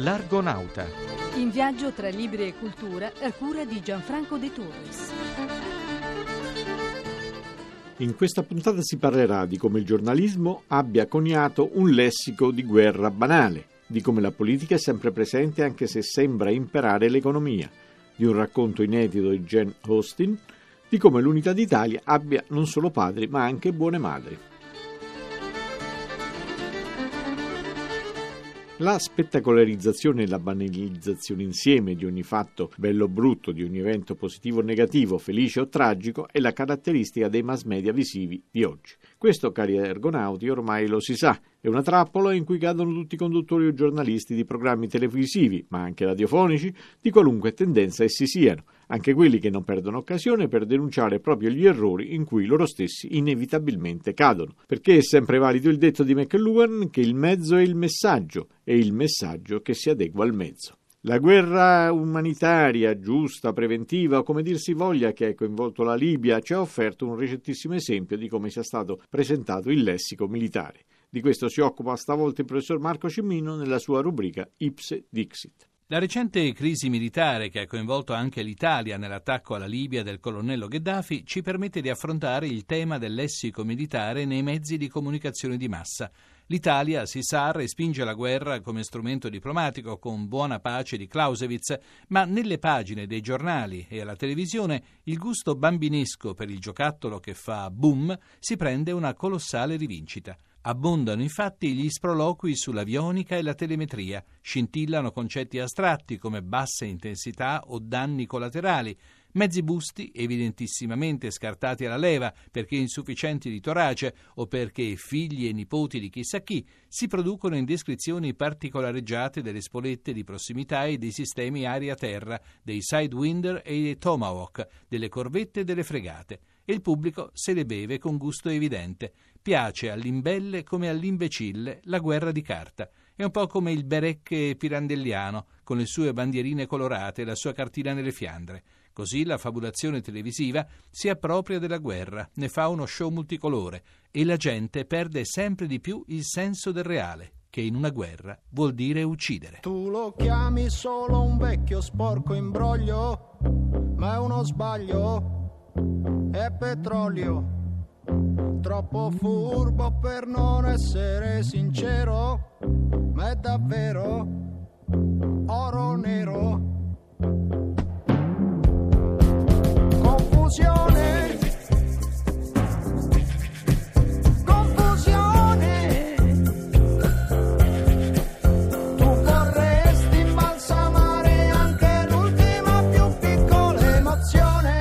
L'Argonauta. In viaggio tra libri e cultura a cura di Gianfranco De Torres. In questa puntata si parlerà di come il giornalismo abbia coniato un lessico di guerra banale, di come la politica è sempre presente anche se sembra imperare l'economia, di un racconto inedito di Jane Austen, di come l'Unità d'Italia abbia non solo padri ma anche buone madri. La spettacolarizzazione e la banalizzazione insieme di ogni fatto bello o brutto, di ogni evento positivo o negativo, felice o tragico, è la caratteristica dei mass media visivi di oggi. Questo, cari argonauti, ormai lo si sa, è una trappola in cui cadono tutti i conduttori o giornalisti di programmi televisivi, ma anche radiofonici, di qualunque tendenza essi siano, anche quelli che non perdono occasione per denunciare proprio gli errori in cui loro stessi inevitabilmente cadono. Perché è sempre valido il detto di McLuhan che il mezzo è il messaggio, e il messaggio che si adegua al mezzo. La guerra umanitaria, giusta, preventiva o come dir si voglia che ha coinvolto la Libia ci ha offerto un recentissimo esempio di come sia stato presentato il lessico militare. Di questo si occupa stavolta il professor Marco Cimino nella sua rubrica Ipse Dixit. La recente crisi militare che ha coinvolto anche l'Italia nell'attacco alla Libia del colonnello Gheddafi ci permette di affrontare il tema del lessico militare nei mezzi di comunicazione di massa. L'Italia, si sa, respinge la guerra come strumento diplomatico con buona pace di Clausewitz, ma nelle pagine dei giornali e alla televisione il gusto bambinesco per il giocattolo che fa boom si prende una colossale rivincita. Abbondano infatti gli sproloqui sull'avionica e la telemetria, scintillano concetti astratti come bassa intensità o danni collaterali, mezzi busti evidentissimamente scartati alla leva perché insufficienti di torace o perché figli e nipoti di chissà chi, si producono in descrizioni particolareggiate delle spolette di prossimità e dei sistemi aria-terra, dei Sidewinder e dei Tomahawk, delle corvette e delle fregate. E il pubblico se le beve con gusto evidente. Piace all'imbelle come all'imbecille la guerra di carta. È un po' come il berecche pirandelliano, con le sue bandierine colorate e la sua cartina nelle fiandre. Così la fabulazione televisiva si appropria della guerra, ne fa uno show multicolore e la gente perde sempre di più il senso del reale, che in una guerra vuol dire uccidere. Tu lo chiami solo un vecchio sporco imbroglio, ma è uno sbaglio. È petrolio, troppo furbo per non essere sincero, ma è davvero oro nero. Confusione, confusione. Tu vorresti imbalsamare anche l'ultima più piccola emozione.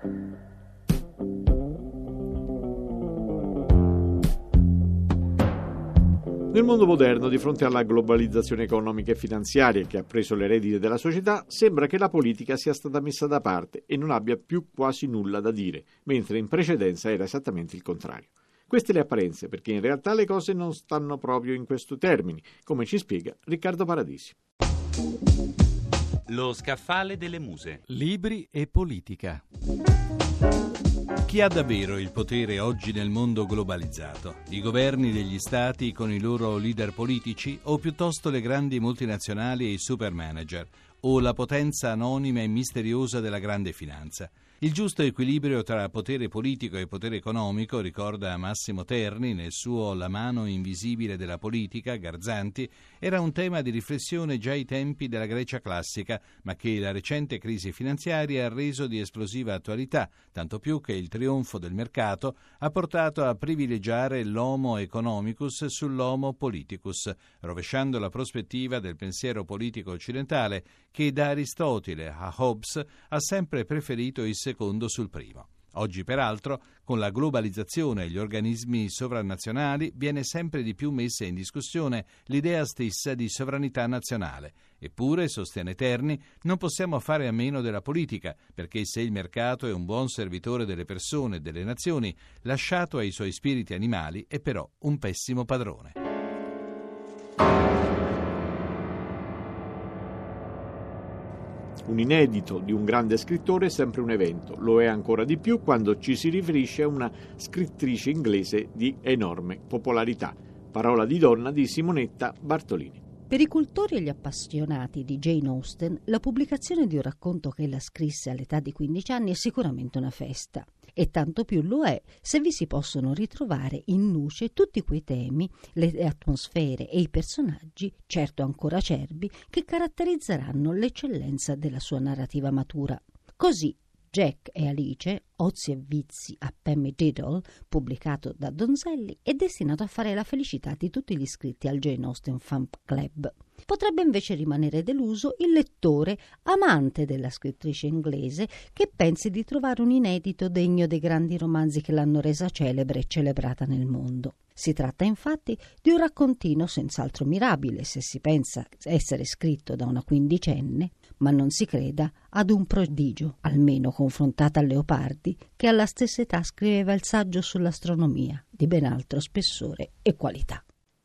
Nel mondo moderno, di fronte alla globalizzazione economica e finanziaria che ha preso le redini della società, sembra che la politica sia stata messa da parte e non abbia più quasi nulla da dire, mentre in precedenza era esattamente il contrario. Queste le apparenze, perché in realtà le cose non stanno proprio in questi termini, come ci spiega Riccardo Paradisi. Lo scaffale delle muse. Libri e politica. Chi ha davvero il potere oggi nel mondo globalizzato? I governi degli stati con i loro leader politici o piuttosto le grandi multinazionali e i supermanager o la potenza anonima e misteriosa della grande finanza? Il giusto equilibrio tra potere politico e potere economico, ricorda Massimo Terni nel suo La mano invisibile della politica, Garzanti, era un tema di riflessione già ai tempi della Grecia classica, ma che la recente crisi finanziaria ha reso di esplosiva attualità, tanto più che il trionfo del mercato ha portato a privilegiare l'homo economicus sull'homo politicus, rovesciando la prospettiva del pensiero politico occidentale che da Aristotele a Hobbes ha sempre preferito il secondo sul primo. Oggi, peraltro, con la globalizzazione e gli organismi sovranazionali viene sempre di più messa in discussione l'idea stessa di sovranità nazionale. Eppure, sostiene Terni, non possiamo fare a meno della politica, perché se il mercato è un buon servitore delle persone e delle nazioni, lasciato ai suoi spiriti animali, è però un pessimo padrone. Un inedito di un grande scrittore è sempre un evento, lo è ancora di più quando ci si riferisce a una scrittrice inglese di enorme popolarità. Parola di donna di Simonetta Bartolini. Per i cultori e gli appassionati di Jane Austen, la pubblicazione di un racconto che ella scrisse all'età di 15 anni è sicuramente una festa. E tanto più lo è se vi si possono ritrovare in luce tutti quei temi, le atmosfere e i personaggi, certo ancora acerbi, che caratterizzeranno l'eccellenza della sua narrativa matura. Così Jack e Alice, Ozi e vizi a Pemmy Diddle, pubblicato da Donzelli, è destinato a fare la felicità di tutti gli iscritti al Jane Austen Fan Club. Potrebbe invece rimanere deluso il lettore amante della scrittrice inglese che pensi di trovare un inedito degno dei grandi romanzi che l'hanno resa celebre e celebrata nel mondo. Si tratta infatti di un raccontino senz'altro mirabile se si pensa essere scritto da una quindicenne, ma non si creda ad un prodigio, almeno confrontata a Leopardi, che alla stessa età scriveva il saggio sull'astronomia di ben altro spessore e qualità.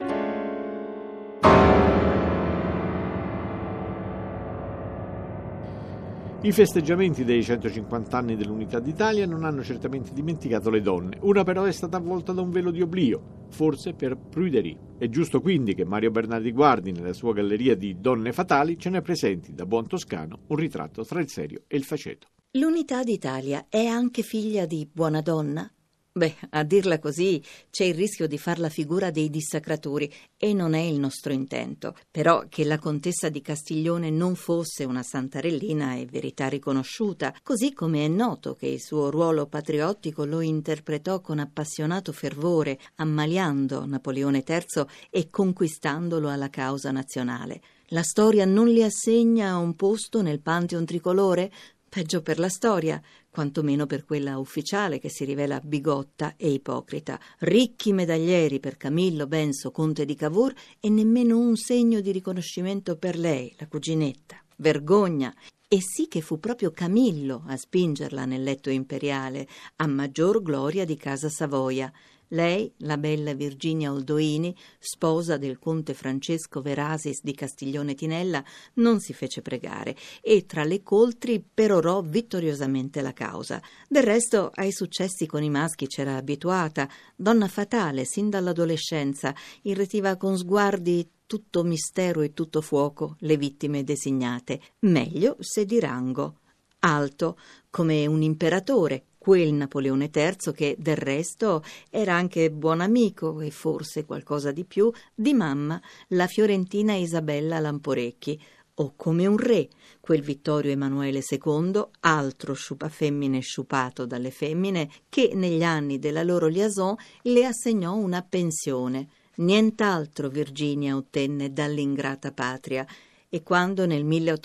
I festeggiamenti dei 150 anni dell'Unità d'Italia non hanno certamente dimenticato le donne. Una però è stata avvolta da un velo di oblio, forse per pruderie. È giusto quindi che Mario Bernardi Guardi, nella sua galleria di Donne Fatali, ce ne presenti, da buon toscano, un ritratto tra il serio e il faceto. L'Unità d'Italia è anche figlia di buona donna? Beh, a dirla così c'è il rischio di far la figura dei dissacratori e non è il nostro intento. Però che la contessa di Castiglione non fosse una santarellina è verità riconosciuta, così come è noto che il suo ruolo patriottico lo interpretò con appassionato fervore, ammaliando Napoleone III e conquistandolo alla causa nazionale. La storia non le assegna un posto nel Pantheon tricolore? Peggio per la storia, quantomeno per quella ufficiale che si rivela bigotta e ipocrita. Ricchi medaglieri per Camillo Benso, conte di Cavour, e nemmeno un segno di riconoscimento per lei, la cuginetta. Vergogna! E sì che fu proprio Camillo a spingerla nel letto imperiale, a maggior gloria di casa Savoia. Lei, la bella Virginia Oldoini, sposa del conte Francesco Verasis di Castiglione Tinella, non si fece pregare e tra le coltri perorò vittoriosamente la causa. Del resto ai successi con i maschi c'era abituata, donna fatale sin dall'adolescenza, irretiva con sguardi tutto mistero e tutto fuoco le vittime designate, meglio se di rango. Alto, come un imperatore, quel Napoleone III che, del resto, era anche buon amico e forse qualcosa di più di mamma, la fiorentina Isabella Lamporecchi, o come un re, quel Vittorio Emanuele II, altro sciupafemmine sciupato dalle femmine, che negli anni della loro liaison le assegnò una pensione. Nient'altro Virginia ottenne dall'ingrata patria, e quando nel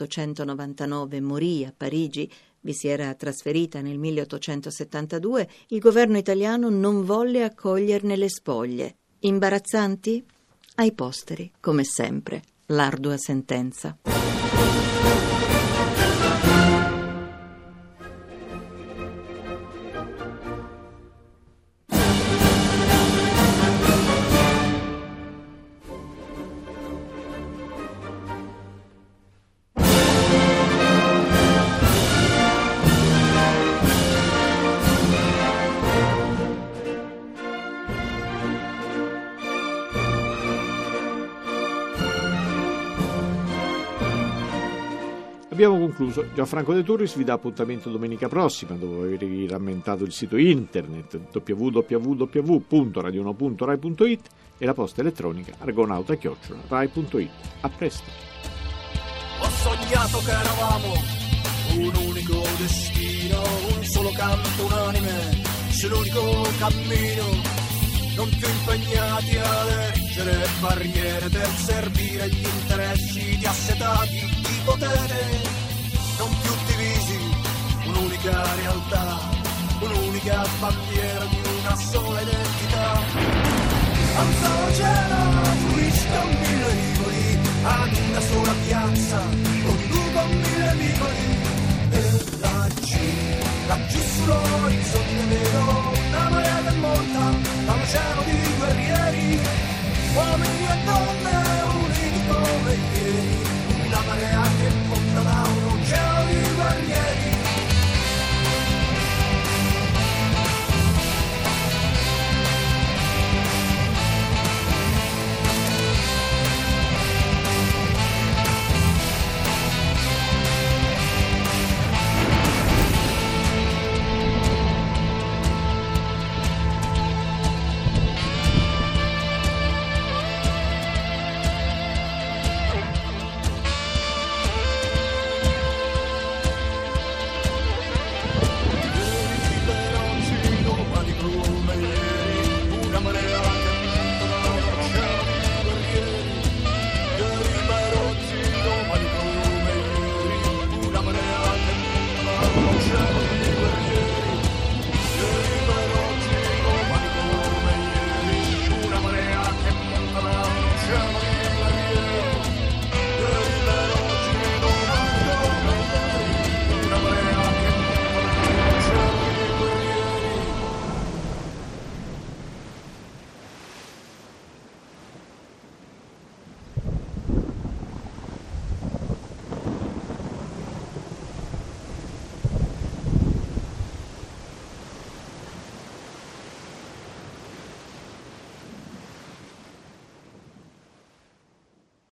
1899 morì a Parigi, vi si era trasferita nel 1872, il governo italiano non volle accoglierne le spoglie. Imbarazzanti? Ai posteri, come sempre, l'ardua sentenza. Abbiamo concluso. Gianfranco De Turris vi dà appuntamento domenica prossima, dopo avervi rammentato il sito internet www.radio1.rai.it e la posta elettronica argonauta@rai.it. A presto. Ho sognato che eravamo un unico destino, un solo canto unanime sull'unico cammino, non più impegnati ad erigere barriere per servire gli interessi di assetati di potere, non più divisi, un'unica realtà, un'unica bandiera di una sola identità. Alzalo cielo, fruisca un mille rivoli, ad una sola piazza, conduco mille vicoli, e laggiù sull'orizzonte vedo una marea che monta da un oceano di guerrieri, uomini e donne uniti come ieri, una marea che monta da un